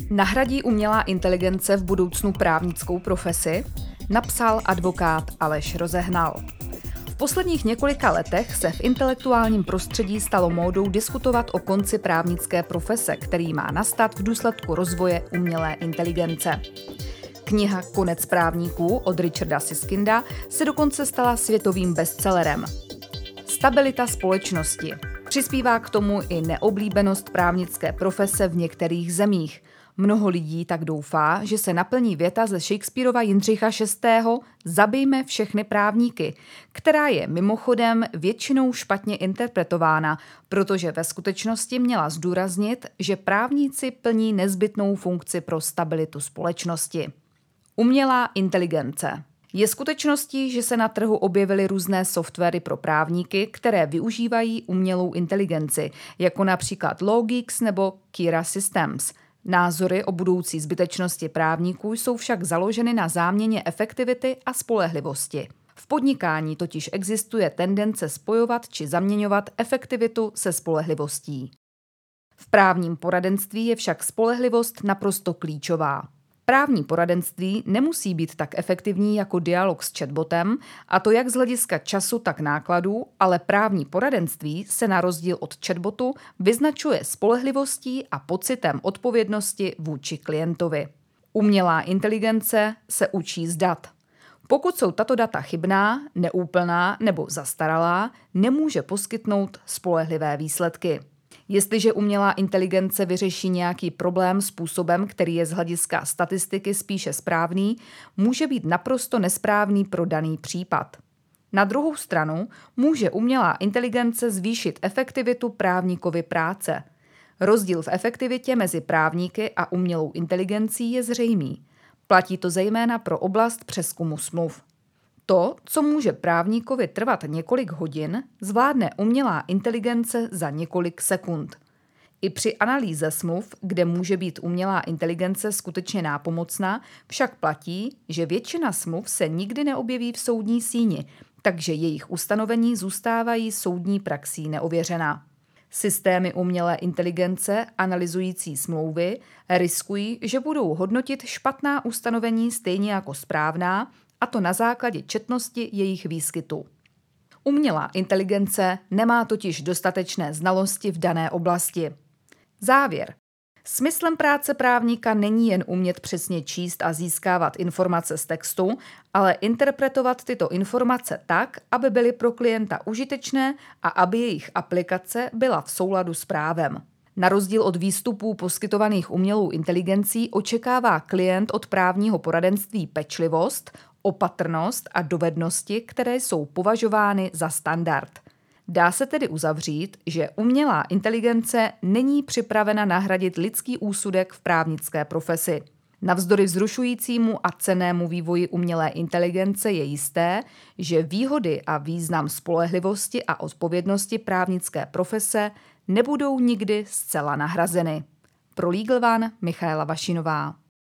Nahradí umělá inteligence v budoucnu právnickou profesi? Napsal advokát Aleš Rozehnal. V posledních několika letech se v intelektuálním prostředí stalo módou diskutovat o konci právnické profese, který má nastat v důsledku rozvoje umělé inteligence. Kniha Konec právníků od Richarda Susskindda se dokonce stala světovým bestsellerem. Stabilita společnosti. Přispívá k tomu i neoblíbenost právnické profese v některých zemích. Mnoho lidí tak doufá, že se naplní věta ze Shakespearova Jindřicha VI. Zabijme všechny právníky, která je mimochodem většinou špatně interpretována, protože ve skutečnosti měla zdůraznit, že právníci plní nezbytnou funkci pro stabilitu společnosti. Umělá inteligence. Je skutečností, že se na trhu objevily různé softwary pro právníky, které využívají umělou inteligenci, jako například Logix nebo Kira Systems. Názory o budoucí zbytečnosti právníků jsou však založeny na záměně efektivity a spolehlivosti. V podnikání totiž existuje tendence spojovat či zaměňovat efektivitu se spolehlivostí. V právním poradenství je však spolehlivost naprosto klíčová. Právní poradenství nemusí být tak efektivní jako dialog s chatbotem, a to jak z hlediska času, tak nákladů, ale právní poradenství se na rozdíl od chatbotu vyznačuje spolehlivostí a pocitem odpovědnosti vůči klientovi. Umělá inteligence se učí z dat. Pokud jsou tato data chybná, neúplná nebo zastaralá, nemůže poskytnout spolehlivé výsledky. Jestliže umělá inteligence vyřeší nějaký problém způsobem, který je z hlediska statistiky spíše správný, může být naprosto nesprávný pro daný případ. Na druhou stranu může umělá inteligence zvýšit efektivitu právníkovy práce. Rozdíl v efektivitě mezi právníky a umělou inteligencí je zřejmý. Platí to zejména pro oblast přezkumu smluv. To, co může právníkovi trvat několik hodin, zvládne umělá inteligence za několik sekund. I při analýze smluv, kde může být umělá inteligence skutečně nápomocná, však platí, že většina smluv se nikdy neobjeví v soudní síni, takže jejich ustanovení zůstávají soudní praxí neověřená. Systémy umělé inteligence analyzující smlouvy riskují, že budou hodnotit špatná ustanovení stejně jako správná, a to na základě četnosti jejich výskytu. Umělá inteligence nemá totiž dostatečné znalosti v dané oblasti. Závěr. Smyslem práce právníka není jen umět přesně číst a získávat informace z textu, ale interpretovat tyto informace tak, aby byly pro klienta užitečné a aby jejich aplikace byla v souladu s právem. Na rozdíl od výstupů poskytovaných umělou inteligencí očekává klient od právního poradenství pečlivost, opatrnost a dovednosti, které jsou považovány za standard. Dá se tedy uzavřít, že umělá inteligence není připravena nahradit lidský úsudek v právnické profesi. Navzdory vzrušujícímu a cennému vývoji umělé inteligence je jisté, že výhody a význam spolehlivosti a odpovědnosti právnické profese nebudou nikdy zcela nahrazeny. Pro Legal One Michaela Vašinová.